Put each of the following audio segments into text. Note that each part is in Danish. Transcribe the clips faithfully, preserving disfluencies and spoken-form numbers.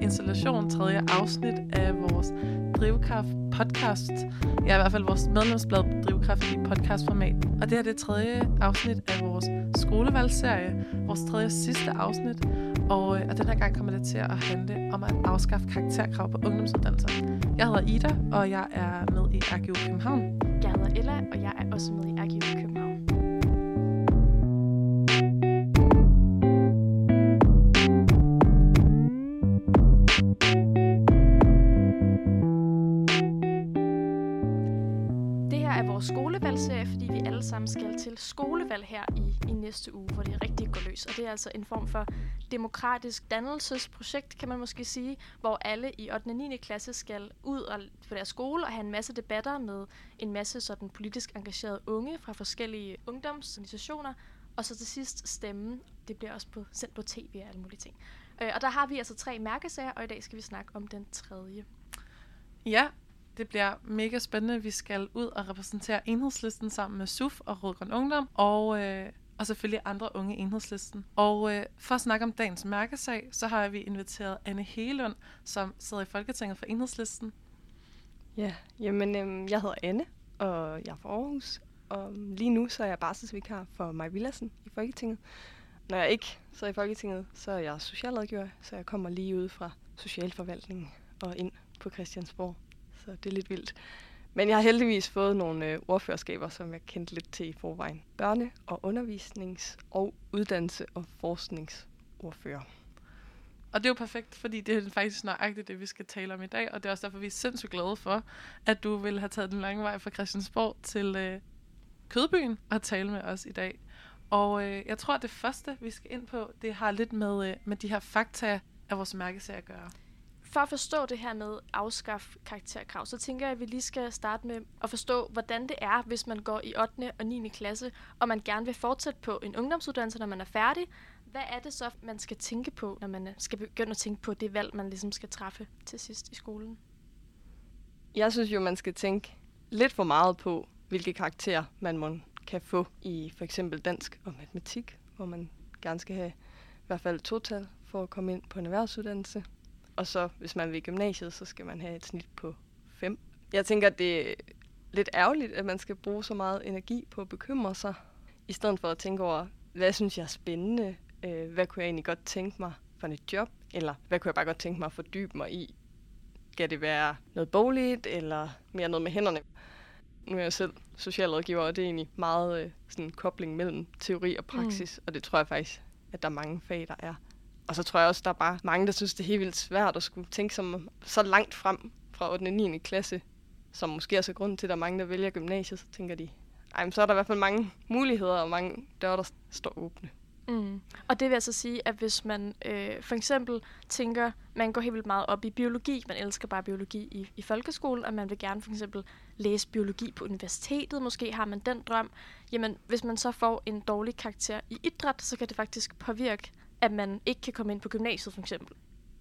installation, tredje afsnit af vores Drivkraft podcast. Ja, i hvert fald vores medlemsblad Drivkraft i podcastformat. Og det her det er tredje afsnit af vores skolevalgserie, vores tredje sidste afsnit. Og, og den her gang kommer det til at handle om at afskaffe karakterkrav på ungdomsuddannelser. Jeg hedder Ida, og jeg er med i R G U København. Jeg hedder Ella, og jeg er også med i R G U København. Skolevalgserie, fordi vi alle sammen skal til skolevalg her i, i næste uge, hvor det rigtig går løs. Og det er altså en form for demokratisk dannelsesprojekt, kan man måske sige, hvor alle i ottende og niende klasse skal ud og, på deres skole og have en masse debatter med en masse sådan politisk engagerede unge fra forskellige ungdomsorganisationer, og så til sidst stemme. Det bliver også på, sendt på tv og alle mulige ting. Øh, og der har vi altså tre mærkesager, og i dag skal vi snakke om den tredje. Ja, det bliver mega spændende. Vi skal ud og repræsentere Enhedslisten sammen med S U F og Rød Grøn Ungdom, og, øh, og selvfølgelig andre unge i Enhedslisten. Og øh, for at snakke om dagens mærkesag, så har vi inviteret Anne Hegelund, som sidder i Folketinget for Enhedslisten. Ja, jamen øh, jeg hedder Anne, og jeg er fra Aarhus, og lige nu så er jeg barselsvikar for Maj Villadsen i Folketinget. Når jeg ikke sidder i Folketinget, så er jeg socialrådgiver, så jeg kommer lige ud fra socialforvaltningen og ind på Christiansborg. Så det er lidt vildt. Men jeg har heldigvis fået nogle øh, ordførerskaber, som jeg kendte lidt til i forvejen. Børne- og undervisnings- og uddannelse- og forskningsordfører. Og det er jo perfekt, fordi det er faktisk nøjagtigt det, vi skal tale om i dag. Og det er også derfor, vi er sindssygt glade for, at du vil have taget den lange vej fra Christiansborg til øh, Kødbyen og tale med os i dag. Og øh, jeg tror, at det første, vi skal ind på, det har lidt med, øh, med de her fakta af vores mærkesager at gøre. For at forstå det her med afskaffe karakterkrav, så tænker jeg, at vi lige skal starte med at forstå, hvordan det er, hvis man går i ottende og niende klasse, og man gerne vil fortsætte på en ungdomsuddannelse, når man er færdig. Hvad er det så, man skal tænke på, når man skal begynde at tænke på det valg, man ligesom skal træffe til sidst i skolen? Jeg synes jo, man skal tænke lidt for meget på, hvilke karakterer man må, kan få i for eksempel dansk og matematik, hvor man gerne skal have i hvert fald total for at komme ind på en erhvervsuddannelse. Og så, hvis man vil i gymnasiet, så skal man have et snit på fem. Jeg tænker, at det er lidt ærgerligt, at man skal bruge så meget energi på at bekymre sig, i stedet for at tænke over, hvad synes jeg er spændende? Hvad kunne jeg egentlig godt tænke mig for et job? Eller hvad kunne jeg bare godt tænke mig at fordybe mig i? Skal det være noget bogligt, eller mere noget med hænderne? Nu er jeg selv socialrådgiver, og det er egentlig meget sådan en kobling mellem teori og praksis, mm. og det tror jeg faktisk, at der er mange fag, der er. Og så tror jeg også, der er bare mange, der synes, det er helt vildt svært at skulle tænke som så langt frem fra ottende og niende klasse, som måske er så grund til, at der er mange, der vælger gymnasiet, så tænker de, ej, men så er der i hvert fald mange muligheder og mange døre, der står åbne. Mm. Og det vil altså sige, at hvis man øh, for eksempel tænker, man går helt vildt meget op i biologi, man elsker bare biologi i, i folkeskolen, og man vil gerne for eksempel læse biologi på universitetet, måske har man den drøm, jamen hvis man så får en dårlig karakter i idræt, så kan det faktisk påvirke, at man ikke kan komme ind på gymnasiet, for eksempel.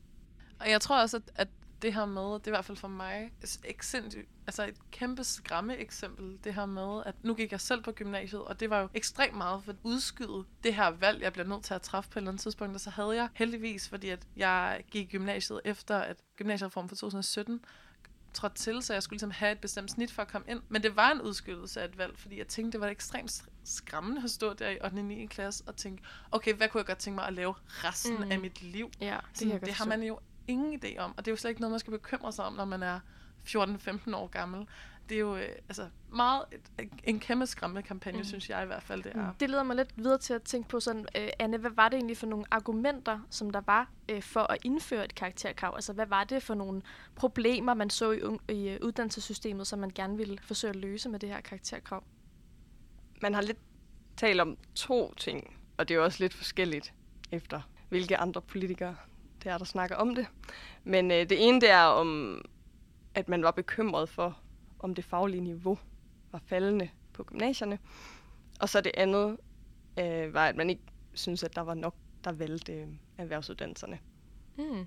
Og jeg tror også, at, at det her med, det er i hvert fald for mig, altså et kæmpe skræmme eksempel, det her med, at nu gik jeg selv på gymnasiet, og det var jo ekstremt meget for at udskyde det her valg, jeg bliver nødt til at træffe på et eller andet tidspunkt, og så havde jeg heldigvis, fordi at jeg gik i gymnasiet efter, at gymnasiereformen for to tusind og sytten trådte til, så jeg skulle ligesom have et bestemt snit for at komme ind. Men det var en udskydelse af et valg, fordi jeg tænkte, det var ekstremt skræmmende at stå der i ottende og niende klasse og tænke, okay, hvad kunne jeg godt tænke mig at lave resten mm. af mit liv? Ja, det, Sådan, det har man jo ingen idé om, og det er jo slet ikke noget, man skal bekymre sig om, når man er fjorten femten år gammel. Det er jo øh, altså meget et, en kæmpe skræmmende kampagne, mm. synes jeg i hvert fald, det er. Det leder mig lidt videre til at tænke på sådan, øh, Anne, hvad var det egentlig for nogle argumenter, som der var øh, for at indføre et karakterkrav? Altså, hvad var det for nogle problemer, man så i, un- i uh, uddannelsessystemet, som man gerne ville forsøge at løse med det her karakterkrav? Man har lidt talt om to ting, og det er jo også lidt forskelligt efter, hvilke andre politikere det er, der snakker om det. Men øh, det ene, det er om, at man var bekymret for, om det faglige niveau var faldende på gymnasierne. Og så det andet øh, var, at man ikke synes, at der var nok, der valgte øh, erhvervsuddannelserne. Hmm.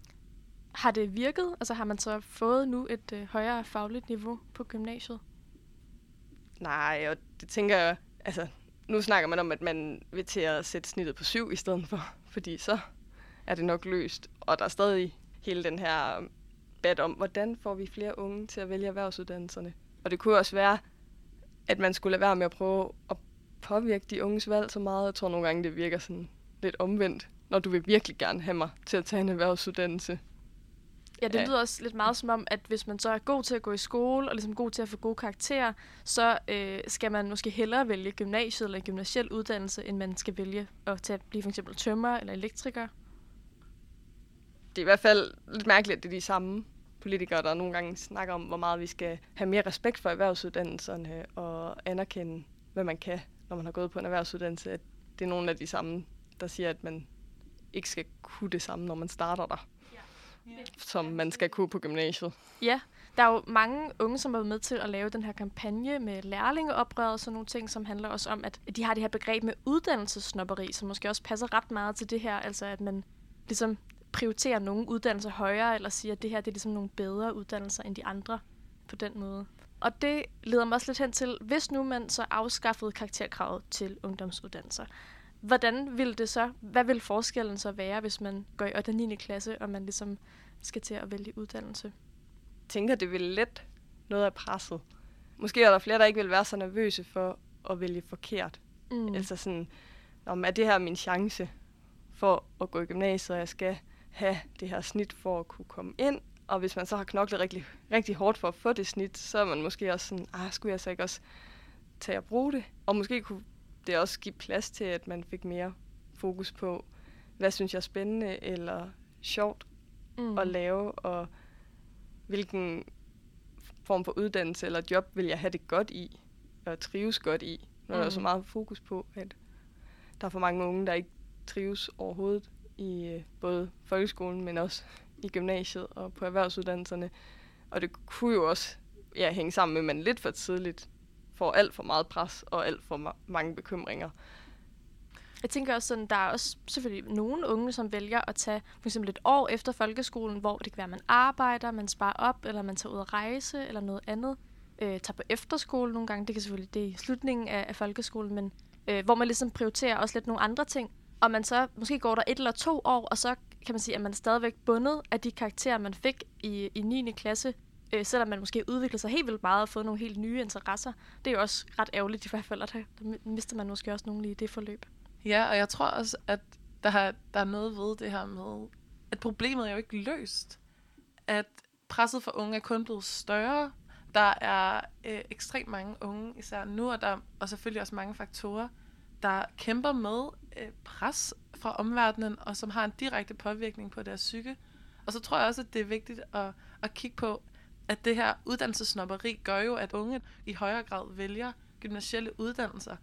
Har det virket? Altså har man så fået nu et øh, højere fagligt niveau på gymnasiet? Nej, og det tænker jeg, altså nu snakker man om, at man vil til at sætte snittet på syv i stedet for, fordi så er det nok løst. Og der er stadig hele den her debat om, hvordan får vi flere unge til at vælge erhvervsuddannelserne. Og det kunne også være, at man skulle lade være med at prøve at påvirke de unges valg så meget. Jeg tror nogle gange, det virker sådan lidt omvendt, når du vil virkelig gerne have mig til at tage en erhvervsuddannelse. Ja, det lyder også lidt meget som om, at hvis man så er god til at gå i skole, og ligesom god til at få gode karakterer, så øh, skal man måske hellere vælge gymnasiet eller en gymnasiel uddannelse, end man skal vælge at tage, blive for eksempel tømrer eller elektriker. Det er i hvert fald lidt mærkeligt, at det er de samme politikere, der nogle gange snakker om, hvor meget vi skal have mere respekt for erhvervsuddannelserne og anerkende, hvad man kan, når man har gået på en erhvervsuddannelse. At det er nogle af de samme, der siger, at man ikke skal kunne det samme, når man starter der, ja. som man skal kunne på gymnasiet. Ja, der er jo mange unge, som har været med til at lave den her kampagne med lærlingeoprøret og sådan nogle ting, som handler også om, at de har det her begreb med uddannelsessnobberi, som måske også passer ret meget til det her, altså at man ligesom prioriterer nogle uddannelser højere, eller siger, at det her det er ligesom nogle bedre uddannelser end de andre på den måde. Og det leder mig også lidt hen til, hvis nu man så afskaffede karakterkravet til ungdomsuddannelser, hvordan ville det så, hvad vil forskellen så være, hvis man går i ottende og niende klasse, og man ligesom skal til at vælge uddannelse? Jeg tænker, det vil let noget af presset. Måske er der flere, der ikke vil være så nervøse for at vælge forkert. Mm. Altså sådan, er det her min chance for at gå i gymnasiet, og jeg skal have det her snit for at kunne komme ind. Og hvis man så har knoklet rigtig, rigtig hårdt for at få det snit, så er man måske også sådan, ah, skulle jeg så ikke også tage og bruge det? Og måske kunne det også give plads til, at man fik mere fokus på, hvad synes jeg er spændende eller sjovt mm. at lave, og hvilken form for uddannelse eller job vil jeg have det godt i, og trives godt i. Når mm. der er så meget fokus på, at der er for mange unge, der ikke trives overhovedet i øh, både folkeskolen, men også i gymnasiet og på erhvervsuddannelserne. Og det kunne jo også ja, hænge sammen med, at man lidt for tidligt får alt for meget pres og alt for ma- mange bekymringer. Jeg tænker også sådan, der er også selvfølgelig nogle unge, som vælger at tage for eksempel et år efter folkeskolen, hvor det kan være, at man arbejder, man sparer op, eller man tager ud at rejse, eller noget andet. Øh, tager på efterskole nogle gange, det kan selvfølgelig det i slutningen af, af folkeskolen, men øh, hvor man ligesom prioriterer også lidt nogle andre ting. Og man så måske går der et eller to år, og så kan man sige, at man er stadigvæk bundet af de karakterer, man fik i, i niende klasse, øh, selvom man måske udvikler sig helt vildt meget og fået nogle helt nye interesser. Det er jo også ret ærgerligt i hvert fald, at der, der mister man måske også nogle i det forløb. Ja, og jeg tror også, at der, har, der er noget ved det her med, at problemet er jo ikke løst. At presset for unge er kun blevet større. Der er øh, ekstremt mange unge, især nu, og der er og selvfølgelig også mange faktorer, der kæmper med øh, pres fra omverdenen, og som har en direkte påvirkning på deres psyke. Og så tror jeg også, at det er vigtigt at, at kigge på, at det her uddannelsessnobberi gør jo, at unge i højere grad vælger gymnasielle uddannelser.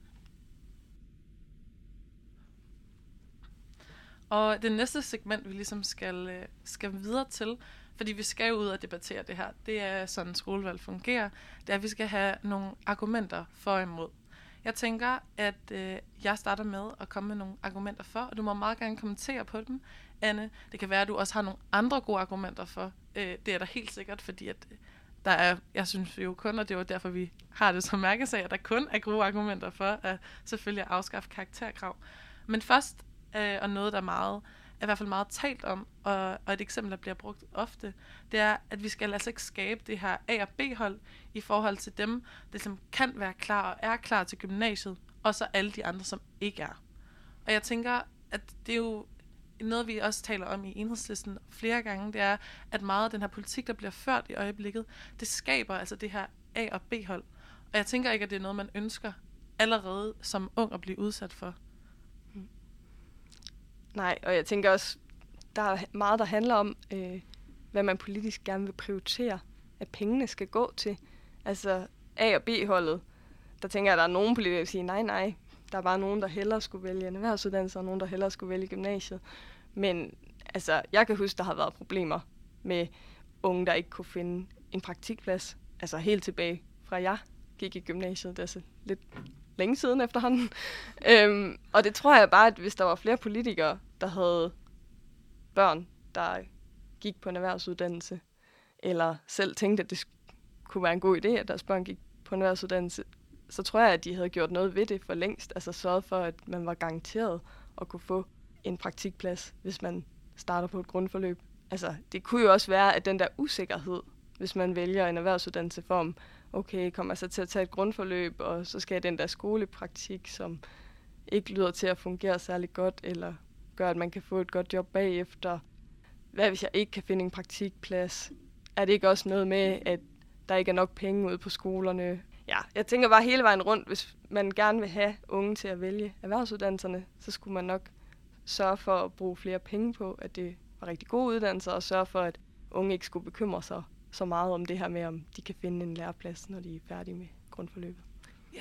Og det næste segment, vi ligesom skal, skal videre til, fordi vi skal jo ud og debattere det her, det er sådan skolevalg fungerer, det er, at vi skal have nogle argumenter for og imod. Jeg tænker, at øh, jeg starter med at komme med nogle argumenter for, og du må meget gerne kommentere på dem, Anne. Det kan være, at du også har nogle andre gode argumenter for. Øh, det er der helt sikkert, fordi at der er, jeg synes jo kun, og det var derfor, vi har det som mærkesag, at der kun er gode argumenter for at selvfølgelig afskaffe karakterkrav. Men først, øh, og noget, der er meget, er i hvert fald meget talt om, og, og et eksempel, der bliver brugt ofte, det er, at vi skal altså ikke skabe det her A- og B-hold i forhold til dem, der som kan være klar og er klar til gymnasiet, og så alle de andre, som ikke er. Og jeg tænker, at det er jo noget, vi også taler om i Enhedslisten flere gange, det er, at meget af den her politik, der bliver ført i øjeblikket, det skaber altså det her A- og B-hold. Og jeg tænker ikke, at det er noget, man ønsker allerede som ung at blive udsat for. Nej, og jeg tænker også, der er meget, der handler om, øh, hvad man politisk gerne vil prioritere, at pengene skal gå til. Altså A- og B-holdet, der tænker jeg, at der er nogen politikere, der siger, nej, nej, der er bare nogen, der hellere skulle vælge en erhvervsuddannelse, og nogen, der hellere skulle vælge gymnasiet. Men altså, jeg kan huske, der har været problemer med unge, der ikke kunne finde en praktikplads. Altså helt tilbage fra jeg gik i gymnasiet, det er altså lidt længe siden efterhånden. øhm, og det tror jeg bare, at hvis der var flere politikere, der havde børn, der gik på en erhvervsuddannelse, eller selv tænkte, at det kunne være en god idé, at deres børn gik på en erhvervsuddannelse, så tror jeg, at de havde gjort noget ved det for længst. Altså sørget for, at man var garanteret at kunne få en praktikplads, hvis man starter på et grundforløb. altså, det kunne jo også være, at den der usikkerhed, hvis man vælger en erhvervsuddannelseform, okay, kommer jeg så til at tage et grundforløb, og så skal jeg den der skolepraktik, som ikke lyder til at fungere særlig godt, eller gør, at man kan få et godt job bagefter. Hvad hvis jeg ikke kan finde en praktikplads? Er det ikke også noget med, at der ikke er nok penge ude på skolerne? Ja, jeg tænker bare hele vejen rundt, hvis man gerne vil have unge til at vælge erhvervsuddannelserne, så skulle man nok sørge for at bruge flere penge på, at det var rigtig gode uddannelser, og sørge for, at unge ikke skulle bekymre sig så meget om det her med, om de kan finde en læreplads, når de er færdige med grundforløbet. Ja,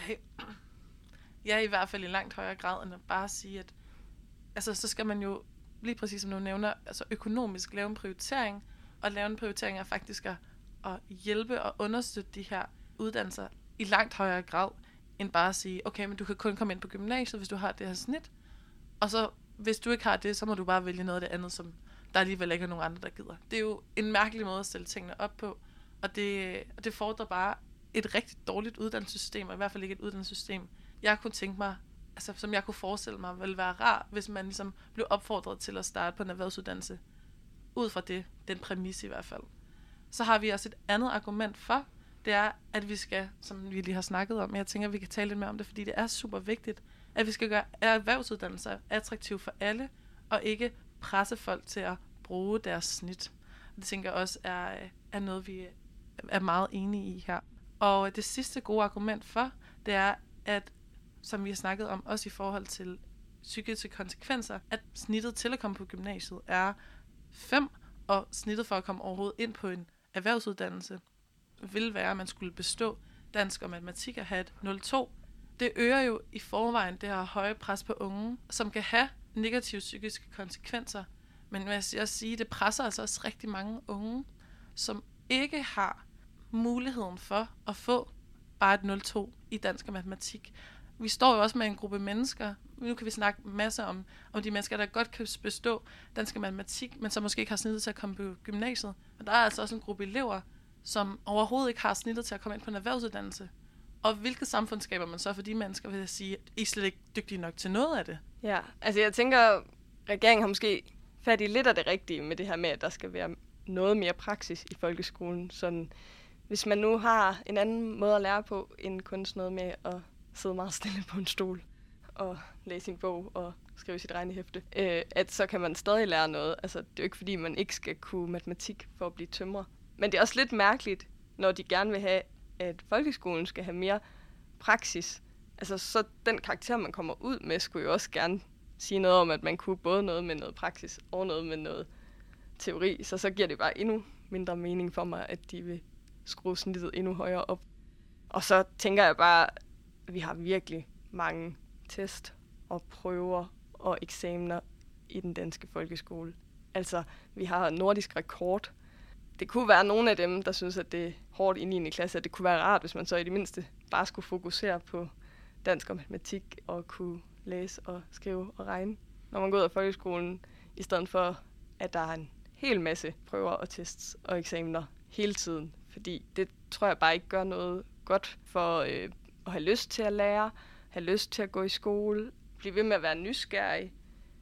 ja, i hvert fald i langt højere grad, end at bare sige, at altså, så skal man jo, lige præcis som du nævner, altså økonomisk lave en prioritering, og lave en prioritering er faktisk at, at hjælpe og understøtte de her uddannelser i langt højere grad, end bare at sige, okay, men du kan kun komme ind på gymnasiet, hvis du har det her snit, og så hvis du ikke har det, så må du bare vælge noget af det andet, som der alligevel ikke er nogen andre, der gider. Det er jo en mærkelig måde at stille tingene op på, og det, og det fordrer bare et rigtig dårligt uddannelsessystem, og i hvert fald ikke et uddannelsessystem, jeg kunne tænke mig, altså som jeg kunne forestille mig, ville være rar, hvis man ligesom blev opfordret til at starte på en erhvervsuddannelse, ud fra det, den præmis i hvert fald. Så har vi også et andet argument for, det er, at vi skal, som vi lige har snakket om, jeg tænker, at vi kan tale lidt mere om det, fordi det er super vigtigt, at vi skal gøre erhvervsuddannelser attraktive for alle, og ikke presse folk til at bruge deres snit. Det tænker jeg også er, er noget, vi er meget enige i her. Og det sidste gode argument for, det er, at som vi har snakket om, også i forhold til psykiske konsekvenser, at snittet til at komme på gymnasiet er fem, og snittet for at komme overhovedet ind på en erhvervsuddannelse vil være, at man skulle bestå dansk og matematik og have et nul komma to. Det øger jo i forvejen det her høje pres på unge, som kan have negative psykiske konsekvenser. Men jeg vil også sige, det presser altså også rigtig mange unge, som ikke har muligheden for at få bare et nul komma to i dansk og matematik. Vi står jo også med en gruppe mennesker, nu kan vi snakke masser om, om de mennesker, der godt kan bestå dansk og matematik, men som måske ikke har snittet til at komme på gymnasiet. Men der er altså også en gruppe elever, som overhovedet ikke har snittet til at komme ind på en erhvervsuddannelse. Og hvilket samfund skaber man så for de mennesker, vil jeg sige, at I er slet ikke dygtige nok til noget af det? Ja, altså jeg tænker, regeringen har måske fat i lidt af det rigtige med det her med, at der skal være noget mere praksis i folkeskolen. Sådan, hvis man nu har en anden måde at lære på, end kun sådan noget med at sidde meget stille på en stol og læse sin bog og skrive sit regnehæfte, øh, at så kan man stadig lære noget. Altså, det er jo ikke fordi, man ikke skal kunne matematik for at blive tømrer. Men det er også lidt mærkeligt, når de gerne vil have, at folkeskolen skal have mere praksis. Altså, så den karakter, man kommer ud med, skulle jo også gerne sige noget om, at man kunne både noget med noget praksis og noget med noget teori. Så så giver det bare endnu mindre mening for mig, at de vil skrue snittet endnu højere op. Og så tænker jeg bare, at vi har virkelig mange test og prøver og eksamener i den danske folkeskole. Altså, vi har nordisk rekord. Det kunne være nogle af dem, der synes, at det er hårdt i niende klasse, at det kunne være rart, hvis man så i det mindste bare skulle fokusere på dansk og matematik og kunne læse og skrive og regne, når man går ud af folkeskolen, i stedet for, at der er en hel masse prøver og tests og eksamener hele tiden. Fordi det tror jeg bare ikke gør noget godt for øh, at have lyst til at lære, have lyst til at gå i skole, blive ved med at være nysgerrig.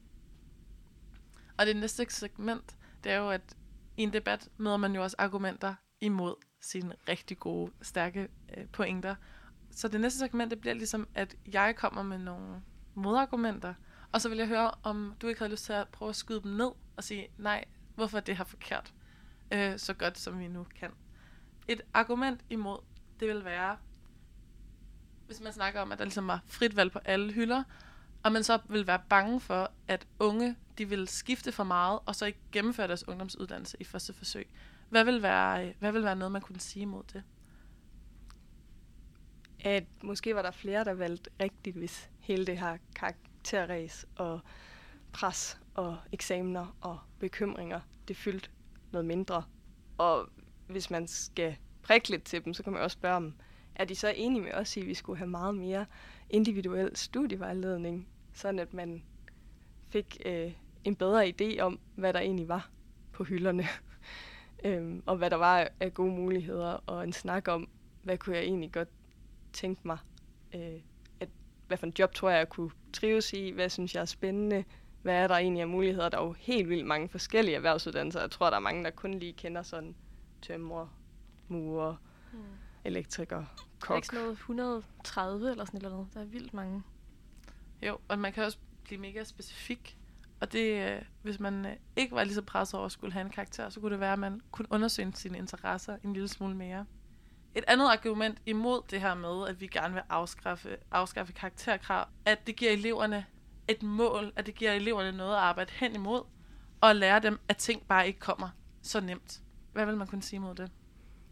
Og det næste segment, det er jo, at i en debat møder man jo også argumenter imod sine rigtig gode, stærke øh, pointer. Så det næste segment, det bliver ligesom, at jeg kommer med nogle modargumenter, og så vil jeg høre, om du ikke havde lyst til at prøve at skyde dem ned og sige, nej, hvorfor er det her forkert? Øh, så godt, som vi nu kan. Et argument imod, det vil være, hvis man snakker om, at der ligesom var frit valg på alle hylder, og man så vil være bange for, at unge, de vil skifte for meget, og så ikke gennemføre deres ungdomsuddannelse i første forsøg. Hvad vil være, hvad vil være noget, man kunne sige imod det? At måske var der flere, der valgte rigtigt, hvis hele det her karakterræs og pres og eksamener og bekymringer, det fyldte noget mindre. Og hvis man skal prikke lidt til dem, så kan man også spørge dem, er de så enige med os i, at vi skulle have meget mere individuel studievejledning, sådan at man fik øh, en bedre idé om, hvad der egentlig var på hylderne, øhm, og hvad der var af gode muligheder, og en snak om, hvad kunne jeg egentlig godt tænke mig, øh, at, hvad for en job tror jeg, jeg kunne trives i, hvad synes jeg er spændende, hvad er der egentlig af muligheder? Der er jo helt vildt mange forskellige erhvervsuddannelser. Jeg tror, der er mange, der kun lige kender sådan tømrer, murer, mm. elektriker, kok. Der er ikke sådan noget et hundrede og tredive eller sådan noget. Der er vildt mange. Jo, og man kan også blive mega specifik. Og det, øh, hvis man øh, ikke var lige så presset over at skulle have en karakter, så kunne det være, at man kunne undersøge sine interesser en lille smule mere. Et andet argument imod det her med, at vi gerne vil afskaffe, afskaffe karakterkrav, at det giver eleverne et mål, at det giver eleverne noget at arbejde hen imod, og lære dem, at ting bare ikke kommer så nemt. Hvad vil man kunne sige mod det?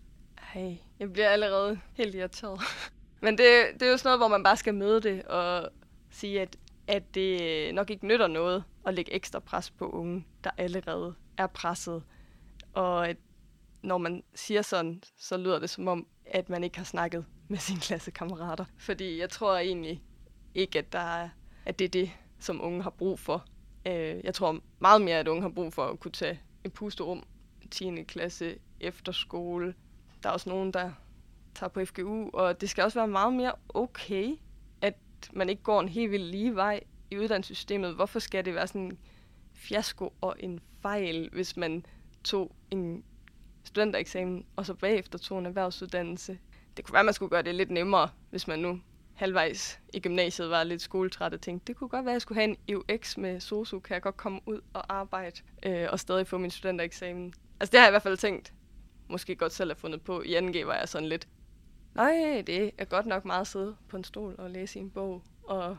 Hey, jeg bliver allerede helt irriteret. Men det, det er jo sådan noget, hvor man bare skal møde det og sige, at, at det nok ikke nytter noget at lægge ekstra pres på unge, der allerede er presset. Og at når man siger sådan, så lyder det som om, at man ikke har snakket med sine klassekammerater. Fordi jeg tror egentlig ikke, at, der er, at det er det, som unge har brug for. Jeg tror meget mere, at unge har brug for at kunne tage et pusterum, tiende klasse, efterskole. Der er også nogen, der tager på F G U, og det skal også være meget mere okay, at man ikke går en helt vildt lige vej i uddannelsessystemet. Hvorfor skal det være sådan en fiasko og en fejl, hvis man tog en studentereksamen, og så bagefter tog en erhvervsuddannelse? Det kunne være, at man skulle gøre det lidt nemmere, hvis man nu halvvejs i gymnasiet var lidt skoletræt og tænkte, det kunne godt være, at jeg skulle have en E U X med sosu, kan jeg godt komme ud og arbejde øh, og stadig få min studentereksamen. Altså det har jeg i hvert fald tænkt, måske godt selv har fundet på. I anden G var jeg sådan lidt, nej, det er godt nok meget at sidde på en stol og læse i en bog og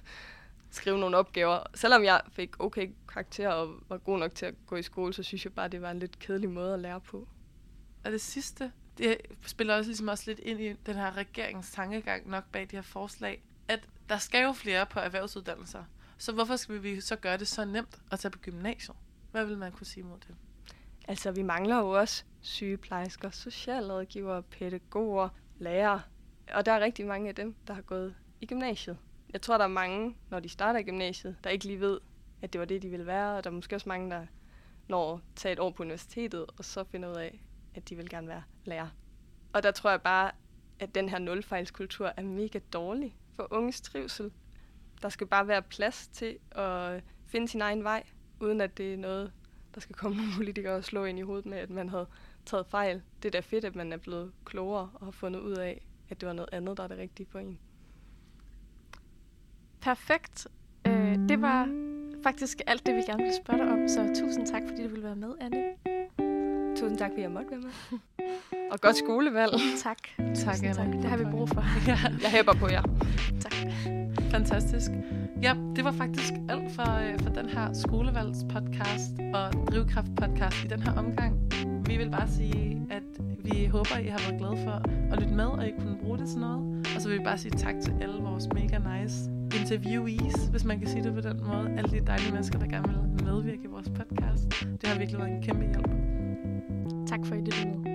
skrive nogle opgaver. Selvom jeg fik okay karakterer og var god nok til at gå i skole, så synes jeg bare, det var en lidt kedelig måde at lære på. Og det sidste, det spiller også ligesom også lidt ind i den her regerings tankegang nok bag de her forslag, at der skal jo flere på erhvervsuddannelser. Så hvorfor skal vi så gøre det så nemt at tage på gymnasiet? Hvad vil man kunne sige mod det? Altså, vi mangler jo også sygeplejersker, socialrådgivere, pædagoger, lærere. Og der er rigtig mange af dem, der har gået i gymnasiet. Jeg tror, der er mange, når de starter i gymnasiet, der ikke lige ved, at det var det, de ville være. Og der er måske også mange, der når tage et år på universitetet, og så finder ud af, at de vil gerne være lærer. Og der tror jeg bare, at den her nulfejlskultur er mega dårlig for unges trivsel. Der skal bare være plads til at finde sin egen vej, uden at det er noget, der skal komme nogle politikere og slå ind i hovedet med, at man havde taget fejl. Det er da fedt, at man er blevet klogere og har fundet ud af, at det var noget andet, der er det rigtige for en. Perfekt. Øh, det var faktisk alt det, vi gerne ville spørge dig om, så tusind tak, fordi du ville være med, Anne. Tusind tak, fordi jeg måtte være med. Og godt skolevalg. Tak. Tak, Anne. Tak. Det har vi brug for. Ja. Jeg hæpper på jer. Tak. Fantastisk. Ja, det var faktisk alt for, øh, for den her skolevalgspodcast og drivkraftpodcast i den her omgang. Vi vil bare sige, at vi håber, I har været glade for at lytte med, og I kunne bruge det til noget. Og så vil vi bare sige tak til alle vores mega nice interviewees, hvis man kan sige det på den måde. Alle de dejlige mennesker, der gerne vil medvirke i vores podcast. Det har virkelig været en kæmpe hjælp. Tak for, at I lyttede med.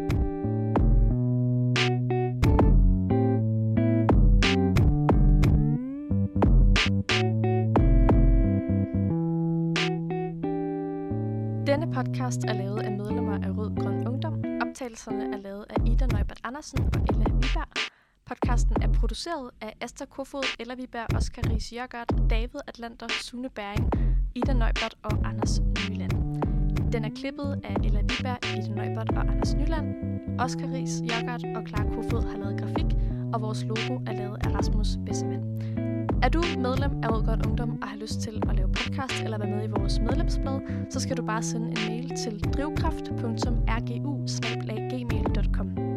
Denne podcast er lavet af medlemmer af Rød Grøn Ungdom. Optagelserne er lavet af Ida Nøjbert Andersen og Ella Viberg. Podcasten er produceret af Asta Kofod, Ella Viberg, Oscar Ries Jørgert, David Atlanter, Sune Bæring, Ida Nøjbert og Anders Nyland. Den er klippet af Ella Viberg, Ida Nøjbert og Anders Nyland. Oscar Ries Jørgert og Clara Kofod har lavet grafik, og vores logo er lavet af Rasmus Bessemann. Er du medlem af Rød Grøn Ungdom og har lyst til at lave podcast eller være med i vores medlemsblad, så skal du bare sende en mail til drivkraft punktum r g u bindestreg gmail punktum com.